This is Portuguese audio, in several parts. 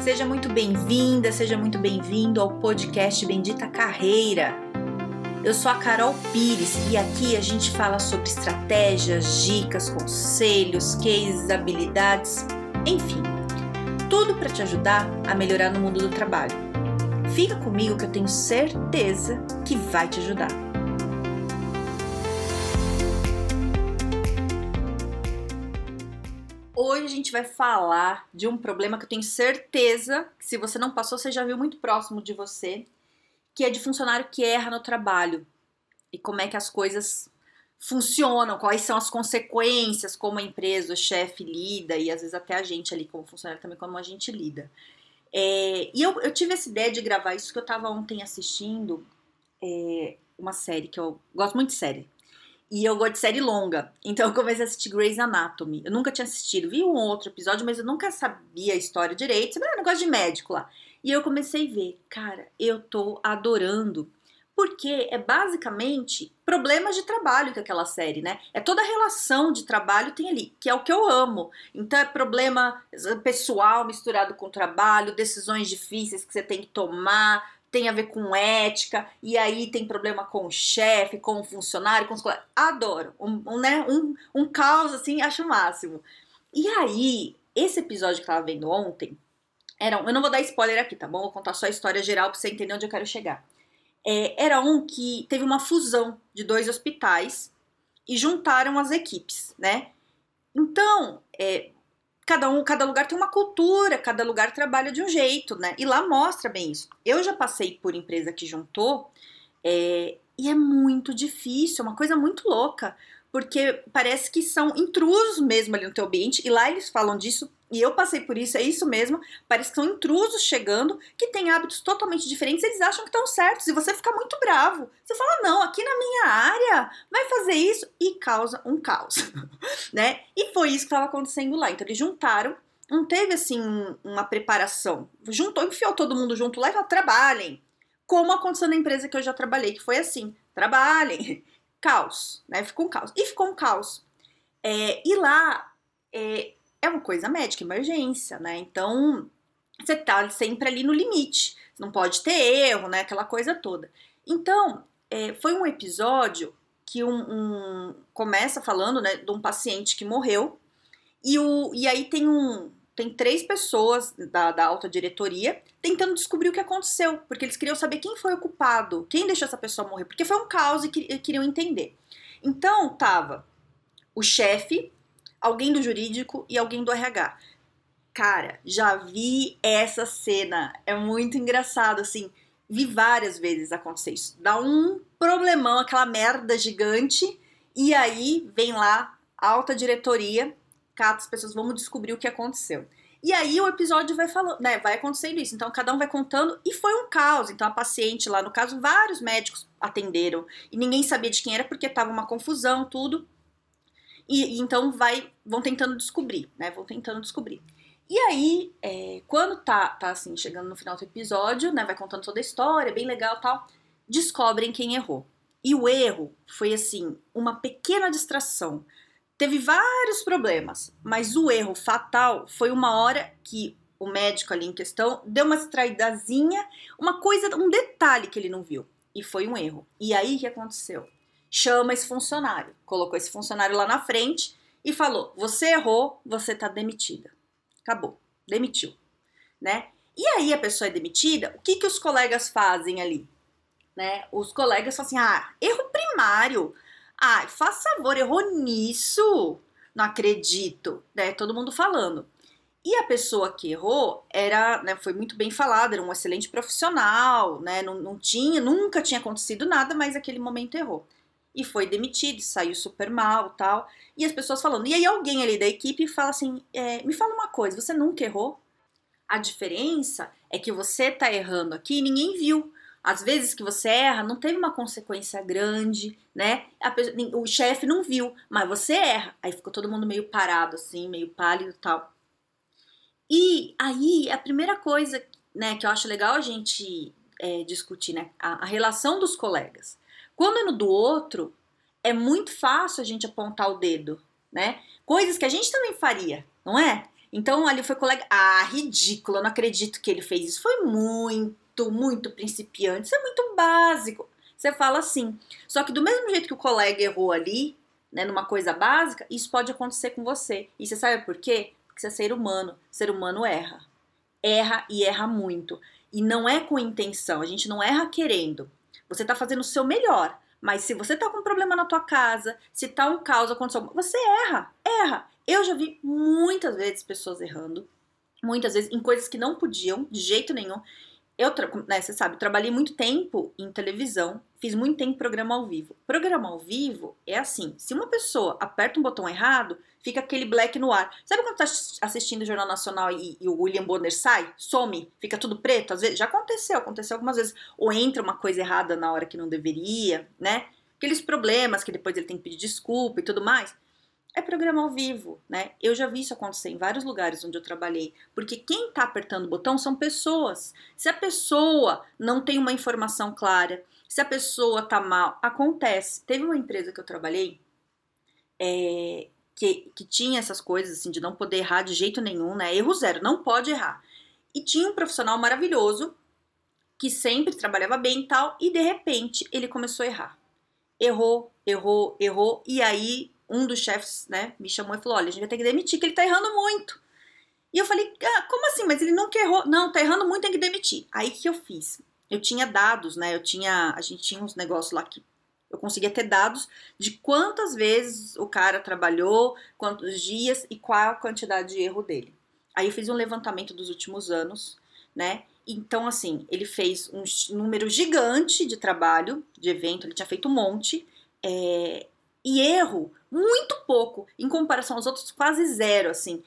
Seja muito bem-vinda, seja muito bem-vindo ao podcast Bendita Carreira. Eu sou a Carol Pires e aqui a gente fala sobre estratégias, dicas, conselhos, cases, habilidades, enfim, tudo para te ajudar a melhorar no mundo do trabalho. Fica comigo que eu tenho certeza que vai te ajudar. Hoje a gente vai falar de um problema que eu tenho certeza que se você não passou, você já viu muito próximo de você, que é de funcionário que erra no trabalho. E como é que as coisas funcionam, quais são as consequências, como a empresa, o chefe lida e às vezes até a gente ali como funcionário também, como a gente lida. E eu tive essa ideia de gravar isso que eu estava ontem assistindo uma série, que eu gosto muito de série. E eu gosto de série longa, então eu comecei a assistir Grey's Anatomy. Eu nunca tinha assistido, vi um outro episódio, mas eu nunca sabia a história direito. Sabe, negócio de médico lá. E eu comecei a ver, cara, eu tô adorando. Porque é basicamente problemas de trabalho que aquela série, né? É toda a relação de trabalho tem ali, que é o que eu amo. Então é problema pessoal misturado com trabalho, decisões difíceis que você tem que tomar, tem a ver com ética, e aí tem problema com o chefe, com o funcionário, com os colegas. Adoro. Um caos, assim, acho o máximo. E aí, esse episódio que eu tava vendo ontem, eu não vou dar spoiler aqui, tá bom? Vou contar só a história geral pra você entender onde eu quero chegar. Era um que teve uma fusão de 2 hospitais e juntaram as equipes, né? Então, cada lugar tem uma cultura, cada lugar trabalha de um jeito, né? E lá mostra bem isso. Eu já passei por empresa que juntou e é muito difícil, é uma coisa muito louca, porque parece que são intrusos mesmo ali no teu ambiente, e lá eles falam disso, e eu passei por isso, é isso mesmo, parece que são intrusos chegando, que têm hábitos totalmente diferentes, eles acham que estão certos, e você fica muito bravo. Você fala, não, aqui na minha área, vai fazer isso, e causa um caos, né? E foi isso que estava acontecendo lá. Então eles juntaram, não teve assim uma preparação, enfiou todo mundo junto lá e falou, trabalhem, como aconteceu na empresa que eu já trabalhei, que foi assim, trabalhem, caos, né? Ficou um caos. E ficou um caos. E lá é uma coisa médica, emergência, né? Então, você tá sempre ali no limite. Não pode ter erro, né? Aquela coisa toda. Então, foi um episódio que começa falando, né, de um paciente que morreu. E aí tem 3 pessoas da alta diretoria tentando descobrir o que aconteceu, porque eles queriam saber quem foi o culpado, quem deixou essa pessoa morrer, porque foi um caos e queriam entender. Então, tava o chefe, alguém do jurídico e alguém do RH. Cara, já vi essa cena, é muito engraçado, assim, vi várias vezes acontecer isso. Dá um problemão, aquela merda gigante, e aí vem lá a alta diretoria, cata as pessoas, vamos descobrir o que aconteceu. E aí o episódio vai falando, né, vai acontecendo isso, então cada um vai contando, e foi um caos. Então a paciente lá, no caso, vários médicos atenderam, e ninguém sabia de quem era, porque tava uma confusão, tudo. E então vão tentando descobrir, né, vão tentando descobrir. E aí, quando tá assim, chegando no final do episódio, né, vai contando toda a história, bem legal e tal, descobrem quem errou. E o erro foi, assim, uma pequena distração. Teve vários problemas, mas o erro fatal foi uma hora que o médico ali em questão deu uma distraidazinha, uma coisa, um detalhe que ele não viu. E foi um erro. E aí, o que aconteceu? Chama esse funcionário, colocou esse funcionário lá na frente e falou, você errou, você tá demitida. Acabou, demitiu, né? E aí a pessoa é demitida, o que os colegas fazem ali? Né? Os colegas falam assim, erro primário, faz favor, errou nisso, não acredito, né? Todo mundo falando. E a pessoa que errou foi muito bem falada, era um excelente profissional, né? Nunca tinha acontecido nada, mas naquele momento errou. E foi demitido, saiu super mal e tal. E as pessoas falando. E aí alguém ali da equipe fala assim, me fala uma coisa, você nunca errou? A diferença é que você tá errando aqui e ninguém viu. Às vezes que você erra, não teve uma consequência grande, né? O chefe não viu, mas você erra. Aí ficou todo mundo meio parado assim, meio pálido e tal. E aí, a primeira coisa, né, que eu acho legal a gente discutir, né? A relação dos colegas. Quando é no do outro, é muito fácil a gente apontar o dedo, né? Coisas que a gente também faria, não é? Então ali foi colega, ridículo, eu não acredito que ele fez isso. Foi muito principiante, isso é muito básico. Você fala assim. Só que do mesmo jeito que o colega errou ali, né, numa coisa básica, isso pode acontecer com você. E você sabe por quê? Porque você é ser humano. Ser humano erra. Erra e erra muito. E não é com intenção, a gente não erra querendo. Você tá fazendo o seu melhor. Mas se você tá com um problema na tua casa, se tá um caos acontecendo, você erra. Eu já vi muitas vezes pessoas errando, muitas vezes em coisas que não podiam, de jeito nenhum. Né, você sabe, trabalhei muito tempo em televisão, fiz muito tempo programa ao vivo. Programa ao vivo é assim, se uma pessoa aperta um botão errado, fica aquele black no ar. Sabe quando tá assistindo o Jornal Nacional e o William Bonner sai, some, fica tudo preto? Às vezes, já aconteceu algumas vezes. Ou entra uma coisa errada na hora que não deveria, né? Aqueles problemas que depois ele tem que pedir desculpa e tudo mais. É programa ao vivo, né? Eu já vi isso acontecer em vários lugares onde eu trabalhei, porque quem tá apertando o botão são pessoas. Se a pessoa não tem uma informação clara, se a pessoa tá mal, acontece. Teve uma empresa que eu trabalhei que tinha essas coisas, assim, de não poder errar de jeito nenhum, né? Erro zero, não pode errar. E tinha um profissional maravilhoso que sempre trabalhava bem e tal, e de repente ele começou a errar. Errou, e aí um dos chefes, né, me chamou e falou, olha, a gente vai ter que demitir, que ele tá errando muito. E eu falei, como assim? Mas ele nunca errou. Não, tá errando muito, tem que demitir. Aí o que eu fiz? Eu tinha dados, né, a gente tinha uns negócios lá que eu conseguia ter dados de quantas vezes o cara trabalhou, quantos dias e qual a quantidade de erro dele. Aí eu fiz um levantamento dos últimos anos, né, então assim, ele fez um número gigante de trabalho, de evento, ele tinha feito um monte, e erro, muito pouco, em comparação aos outros, quase zero, assim.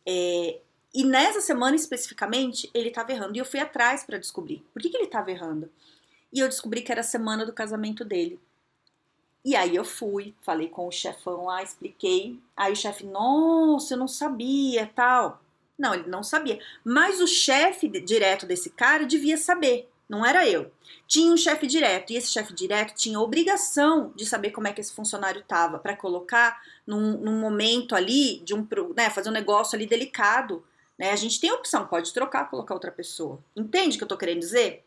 E nessa semana especificamente, ele estava errando. E eu fui atrás para descobrir por que ele estava errando. E eu descobri que era a semana do casamento dele. E aí eu fui, falei com o chefão lá, expliquei. Aí o chefe, nossa, eu não sabia, tal. Não, ele não sabia. Mas o chefe direto desse cara devia saber. Não era eu. Tinha um chefe direto, e esse chefe direto tinha a obrigação de saber como é que esse funcionário estava, para colocar num momento ali, né, fazer um negócio ali delicado. Né? A gente tem a opção, pode trocar, colocar outra pessoa. Entende o que eu tô querendo dizer?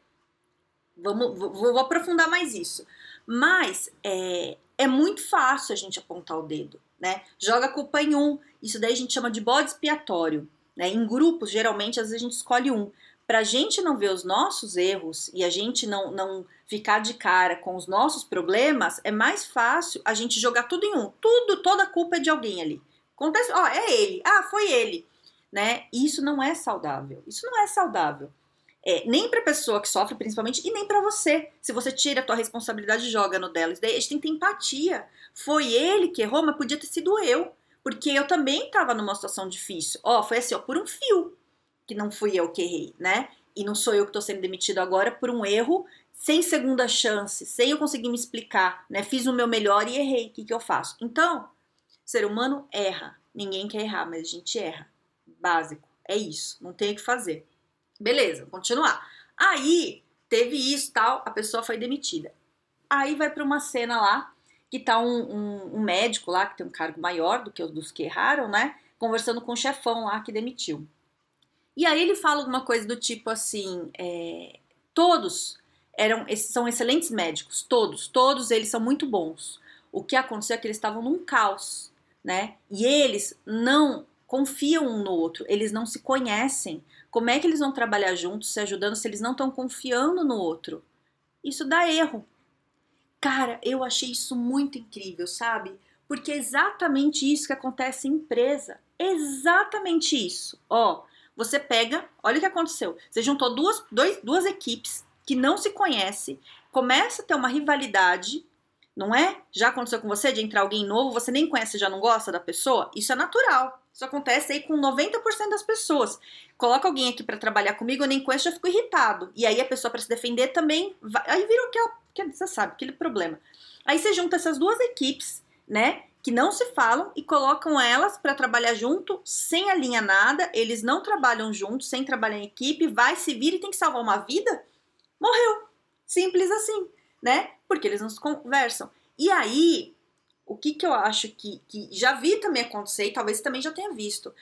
Vou aprofundar mais isso. Mas é muito fácil a gente apontar o dedo, né? Joga a culpa em um. Isso daí a gente chama de bode expiatório. Né? Em grupos, geralmente, às vezes a gente escolhe um. Pra gente não ver os nossos erros e a gente não ficar de cara com os nossos problemas, é mais fácil a gente jogar tudo em um. Toda a culpa é de alguém ali. Acontece, é ele. Foi ele. Né? E isso não é saudável. Isso não é saudável. Nem pra pessoa que sofre, principalmente, e nem pra você. Se você tira a tua responsabilidade e joga no dela. Isso daí a gente tem que ter empatia. Foi ele que errou, mas podia ter sido eu. Porque eu também tava numa situação difícil. Foi assim, por um fio. Que não fui eu que errei, né? E não sou eu que tô sendo demitido agora por um erro, sem segunda chance, sem eu conseguir me explicar, né? Fiz o meu melhor e errei. O que eu faço? Então, ser humano erra. Ninguém quer errar, mas a gente erra. Básico. É isso. Não tem o que fazer. Beleza, vou continuar. Aí, teve isso, tal, a pessoa foi demitida. Aí vai pra uma cena lá, que tá um médico lá, que tem um cargo maior do que os dos que erraram, né? Conversando com o chefão lá que demitiu. E aí ele fala alguma coisa do tipo assim, todos são excelentes médicos, todos eles são muito bons. O que aconteceu é que eles estavam num caos, né? E eles não confiam um no outro, eles não se conhecem. Como é que eles vão trabalhar juntos, se ajudando, se eles não estão confiando no outro? Isso dá erro. Cara, eu achei isso muito incrível, sabe? Porque é exatamente isso que acontece em empresa. Exatamente isso. Você pega, olha o que aconteceu. Você juntou duas equipes que não se conhecem, começa a ter uma rivalidade, não é? Já aconteceu com você de entrar alguém novo, você nem conhece, já não gosta da pessoa? Isso é natural. Isso acontece aí com 90% das pessoas. Coloca alguém aqui pra trabalhar comigo, eu nem conheço, já fico irritado. E aí a pessoa pra se defender também, aí vira você sabe, aquele problema. Aí você junta essas duas equipes, né, que não se falam e colocam elas pra trabalhar junto, sem alinhar nada, eles não trabalham juntos, sem trabalhar em equipe, vai, se vira e tem que salvar uma vida, morreu. Simples assim, né? Porque eles não se conversam. E aí, o que eu acho que já vi também acontecer, e talvez você também já tenha visto,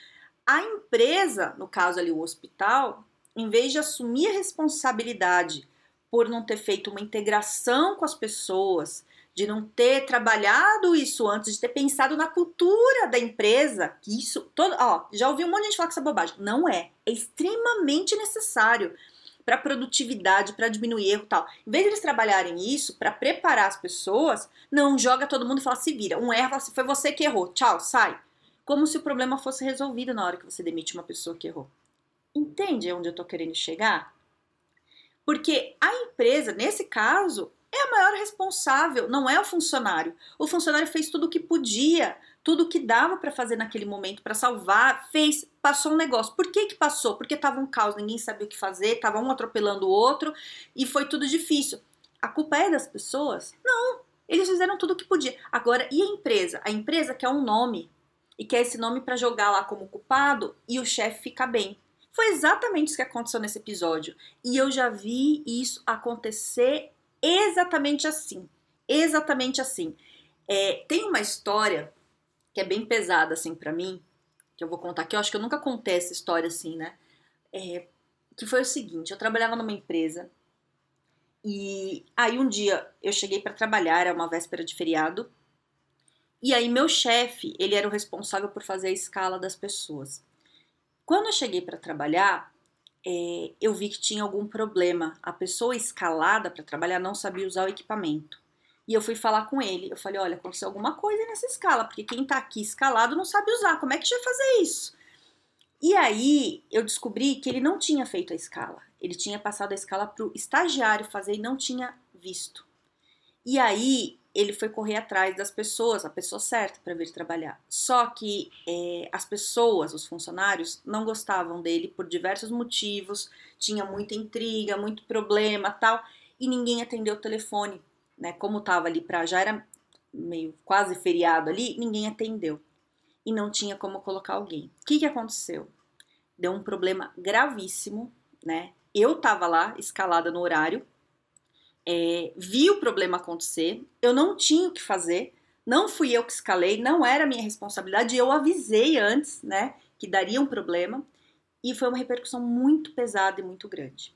A empresa, no caso ali o hospital, em vez de assumir a responsabilidade por não ter feito uma integração com as pessoas, de não ter trabalhado isso antes, de ter pensado na cultura da empresa, que isso, já ouvi um monte de gente falar que isso é bobagem. Não é. É extremamente necessário para produtividade, para diminuir erro e tal. Em vez de eles trabalharem isso para preparar as pessoas, não joga todo mundo e fala, se vira. Um erro, fala assim, foi você que errou, tchau, sai. Como se o problema fosse resolvido na hora que você demite uma pessoa que errou. Entende onde eu tô querendo chegar? Porque a empresa, nesse caso, é a maior responsável, não é o funcionário. O funcionário fez tudo o que podia, tudo o que dava para fazer naquele momento, para salvar, fez, passou um negócio. Por que passou? Porque estava um caos, ninguém sabia o que fazer, estava um atropelando o outro e foi tudo difícil. A culpa é das pessoas? Não, eles fizeram tudo o que podia. Agora, e a empresa? A empresa quer um nome e quer esse nome para jogar lá como culpado e o chefe fica bem. Foi exatamente isso que aconteceu nesse episódio. E eu já vi isso acontecer exatamente assim. Exatamente assim. Tem uma história que é bem pesada, assim, pra mim, que eu vou contar aqui. Eu acho que eu nunca contei essa história assim, né? Que foi o seguinte, eu trabalhava numa empresa e aí um dia eu cheguei pra trabalhar, era uma véspera de feriado, e aí meu chefe, ele era o responsável por fazer a escala das pessoas. Quando eu cheguei pra trabalhar, eu vi que tinha algum problema. A pessoa escalada para trabalhar não sabia usar o equipamento. E eu fui falar com ele. Eu falei, olha, aconteceu alguma coisa nessa escala, porque quem tá aqui escalado não sabe usar. Como é que a gente vai fazer isso? E aí eu descobri que ele não tinha feito a escala. Ele tinha passado a escala pro estagiário fazer e não tinha visto. E aí ele foi correr atrás das pessoas, a pessoa certa para vir trabalhar. Só que as pessoas, os funcionários, não gostavam dele por diversos motivos, tinha muita intriga, muito problema, tal, e ninguém atendeu o telefone, né? Como tava ali já era meio quase feriado ali, ninguém atendeu. E não tinha como colocar alguém. O que aconteceu? Deu um problema gravíssimo, né? Eu tava lá, escalada no horário, vi o problema acontecer, eu não tinha o que fazer, não fui eu que escalei, não era minha responsabilidade, eu avisei antes, né, que daria um problema, e foi uma repercussão muito pesada e muito grande,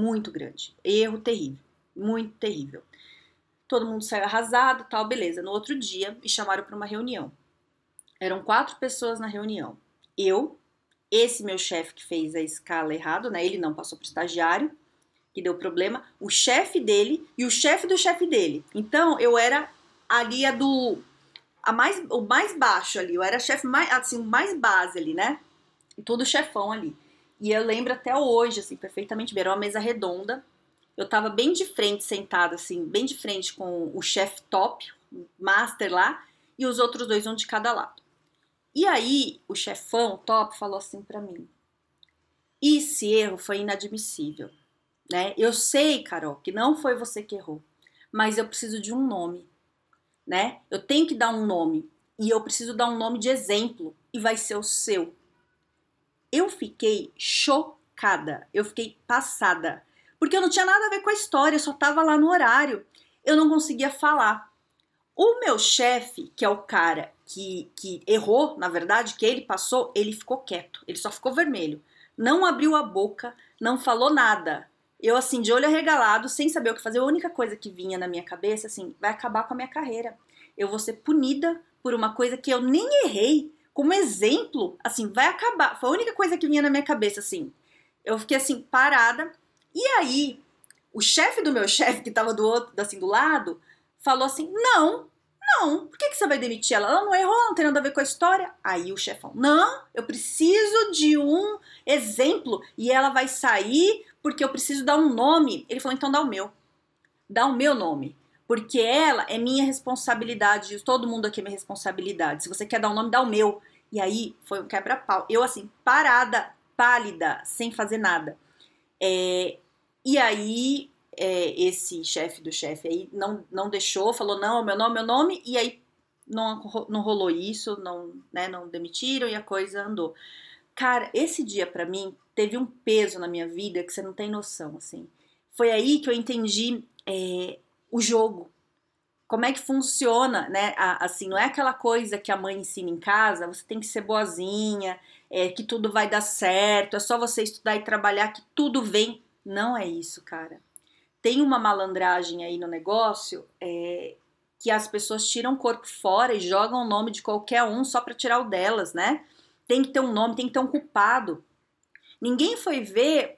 erro terrível, muito terrível. Todo mundo saiu arrasado, tal, beleza. No outro dia, me chamaram para uma reunião. Eram 4 pessoas na reunião. Eu, esse meu chefe que fez a escala errado, né, ele não passou pro estagiário, que deu problema, o chefe dele e o chefe do chefe dele. Então, eu era ali o mais baixo ali, eu era chefe mais, assim, o mais base ali, né? E todo chefão ali. E eu lembro até hoje, assim, perfeitamente bem, era uma mesa redonda, eu tava bem de frente, sentada, assim, bem de frente com o chefe top, o master lá, e os outros 2, um de cada lado. E aí, o chefão top falou assim pra mim, esse erro foi inadmissível. Né? Eu sei, Carol, que não foi você que errou, mas eu preciso de um nome, né? Eu tenho que dar um nome e eu preciso dar um nome de exemplo e vai ser o seu. Eu fiquei chocada, eu fiquei passada, porque eu não tinha nada a ver com a história, eu só tava lá no horário, eu não conseguia falar. O meu chefe, que é o cara que errou, na verdade, que ele passou, ele ficou quieto, ele só ficou vermelho, não abriu a boca, não falou nada. Eu, assim, de olho arregalado, sem saber o que fazer, a única coisa que vinha na minha cabeça, assim, vai acabar com a minha carreira. Eu vou ser punida por uma coisa que eu nem errei. Como exemplo, assim, vai acabar. Foi a única coisa que vinha na minha cabeça, assim. Eu fiquei, assim, parada. E aí, o chefe do meu chefe, que tava do outro, assim, do lado, falou assim, não, por que você vai demitir ela? Ela não errou, não tem nada a ver com a história. Aí o chefão, não, eu preciso de um exemplo e ela vai sair porque eu preciso dar um nome. Ele falou, então dá o meu nome. Porque ela é minha responsabilidade, todo mundo aqui é minha responsabilidade. Se você quer dar um nome, dá o meu. E aí foi um quebra-pau. Eu assim, parada, pálida, sem fazer nada. E aí esse chefe do chefe aí não deixou, falou, não, meu nome, e aí não rolou isso, não demitiram e a coisa andou. Cara, esse dia pra mim teve um peso na minha vida que você não tem noção, assim. Foi aí que eu entendi o jogo. como é que funciona, né? Assim, não é aquela coisa que a mãe ensina em casa, você tem que ser boazinha, que tudo vai dar certo, é só você estudar e trabalhar que tudo vem. Não é isso, cara. Tem uma malandragem aí no negócio, que as pessoas tiram o corpo fora e jogam o nome de qualquer um só pra tirar o delas, né? Tem que ter um nome, tem que ter um culpado. Ninguém foi ver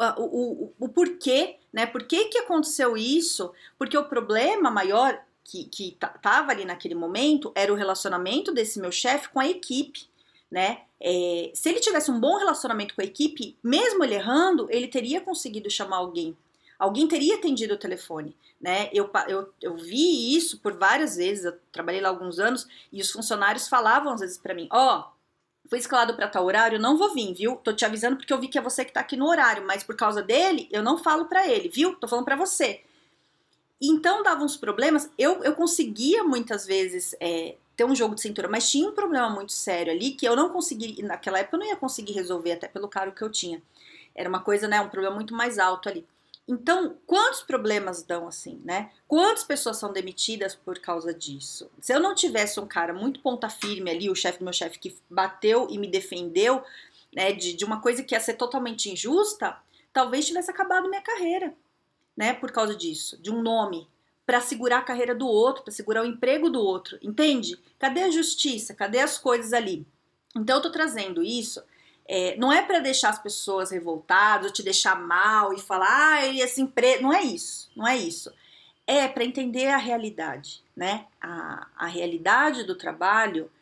o porquê, né? Por que aconteceu isso? Porque o problema maior que tava ali naquele momento era o relacionamento desse meu chefe com a equipe, né? Se ele tivesse um bom relacionamento com a equipe, mesmo ele errando, ele teria conseguido chamar alguém. Alguém teria atendido o telefone, né? Eu vi isso por várias vezes, eu trabalhei lá alguns anos, e os funcionários falavam às vezes pra mim, foi escalado pra tal horário, não vou vir, viu? Tô te avisando porque eu vi que é você que tá aqui no horário, mas por causa dele, eu não falo pra ele, viu? Tô falando pra você. Então dava uns problemas, eu conseguia muitas vezes ter um jogo de cintura, mas tinha um problema muito sério ali que eu não conseguia, naquela época eu não ia conseguir resolver até pelo cargo que eu tinha. Era uma coisa, né, um problema muito mais alto ali. Então, quantos problemas dão assim, né? Quantas pessoas são demitidas por causa disso? Se eu não tivesse um cara muito ponta firme ali, o chefe do meu chefe, que bateu e me defendeu, né, de uma coisa que ia ser totalmente injusta, talvez tivesse acabado minha carreira, né, por causa disso, de um nome, para segurar a carreira do outro, para segurar o emprego do outro, entende? Cadê a justiça? Cadê as coisas ali? Então eu tô trazendo isso, não é para deixar as pessoas revoltadas, ou te deixar mal e falar, essa empresa, não é isso, não é isso. É para entender a realidade, né? A realidade do trabalho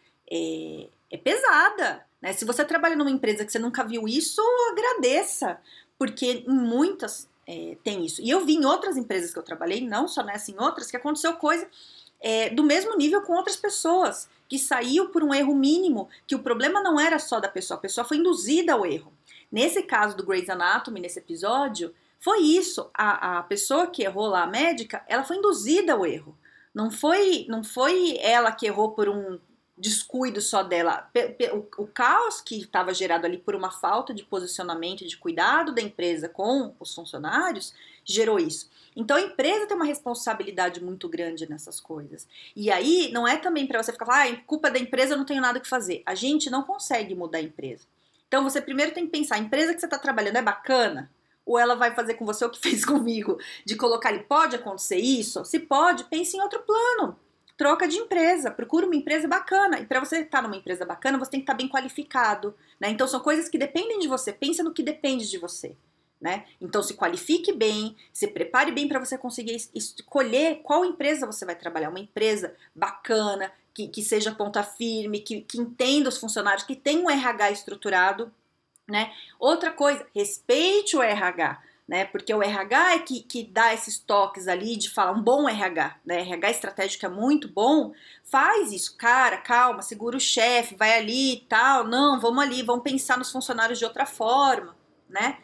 é pesada, né? Se você trabalha numa empresa que você nunca viu isso, agradeça, porque em muitas tem isso. E eu vi em outras empresas que eu trabalhei, não só nessa, em outras, que aconteceu coisa do mesmo nível com outras pessoas, que saiu por um erro mínimo, que o problema não era só da pessoa, a pessoa foi induzida ao erro. Nesse caso do Grey's Anatomy, nesse episódio, foi isso, a pessoa que errou lá, a médica, ela foi induzida ao erro. Não foi ela que errou por um descuido só dela. O caos que estava gerado ali por uma falta de posicionamento e de cuidado da empresa com os funcionários gerou isso. Então a empresa tem uma responsabilidade muito grande nessas coisas. E aí não é também para você ficar falando, culpa da empresa, eu não tenho nada que fazer. A gente não consegue mudar a empresa. Então você primeiro tem que pensar, a empresa que você está trabalhando é bacana? Ou ela vai fazer com você o que fez comigo, de colocar ali, pode acontecer isso? Se pode, pense em outro plano. Troca de empresa, procura uma empresa bacana. E para você estar numa empresa bacana, você tem que estar bem qualificado, né? Então são coisas que dependem de você. Pensa no que depende de você, né? Então se qualifique bem, se prepare bem para você conseguir escolher qual empresa você vai trabalhar. Uma empresa bacana, que seja ponta firme, que entenda os funcionários, que tenha um RH estruturado, né? Outra coisa, respeite o RH. Né, porque o RH é que dá esses toques ali de falar um bom RH, né? RH estratégico é muito bom, faz isso, cara, calma, segura o chefe, vai ali e tal, não, vamos ali, vamos pensar nos funcionários de outra forma, né?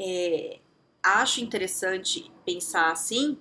Acho interessante pensar assim.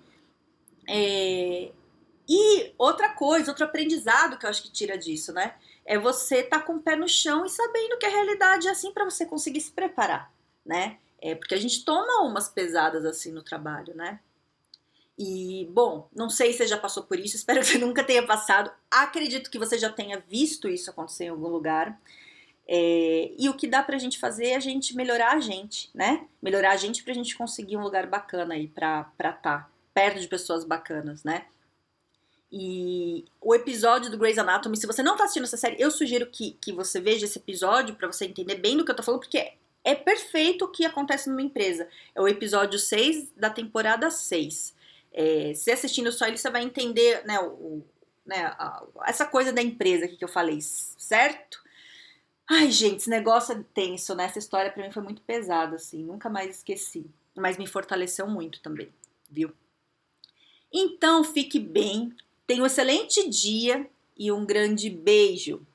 E outra coisa, outro aprendizado que eu acho que tira disso, né? É você estar com o pé no chão e sabendo que a realidade é assim para você conseguir se preparar, né? Porque a gente toma umas pesadas assim no trabalho, né? E, bom, não sei se você já passou por isso, espero que você nunca tenha passado. Acredito que você já tenha visto isso acontecer em algum lugar. E o que dá pra gente fazer é a gente melhorar a gente, né? Melhorar a gente pra gente conseguir um lugar bacana aí pra estar perto de pessoas bacanas, né? E o episódio do Grey's Anatomy, se você não tá assistindo essa série, eu sugiro que você veja esse episódio pra você entender bem do que eu tô falando, porque é perfeito o que acontece numa empresa. É o episódio 6 da temporada 6. Se assistindo só ele, você vai entender, né, essa coisa da empresa aqui que eu falei, certo? Ai, gente, esse negócio é tenso, né? Essa história pra mim foi muito pesada, assim, nunca mais esqueci. Mas me fortaleceu muito também, viu? Então, fique bem, tenha um excelente dia e um grande beijo.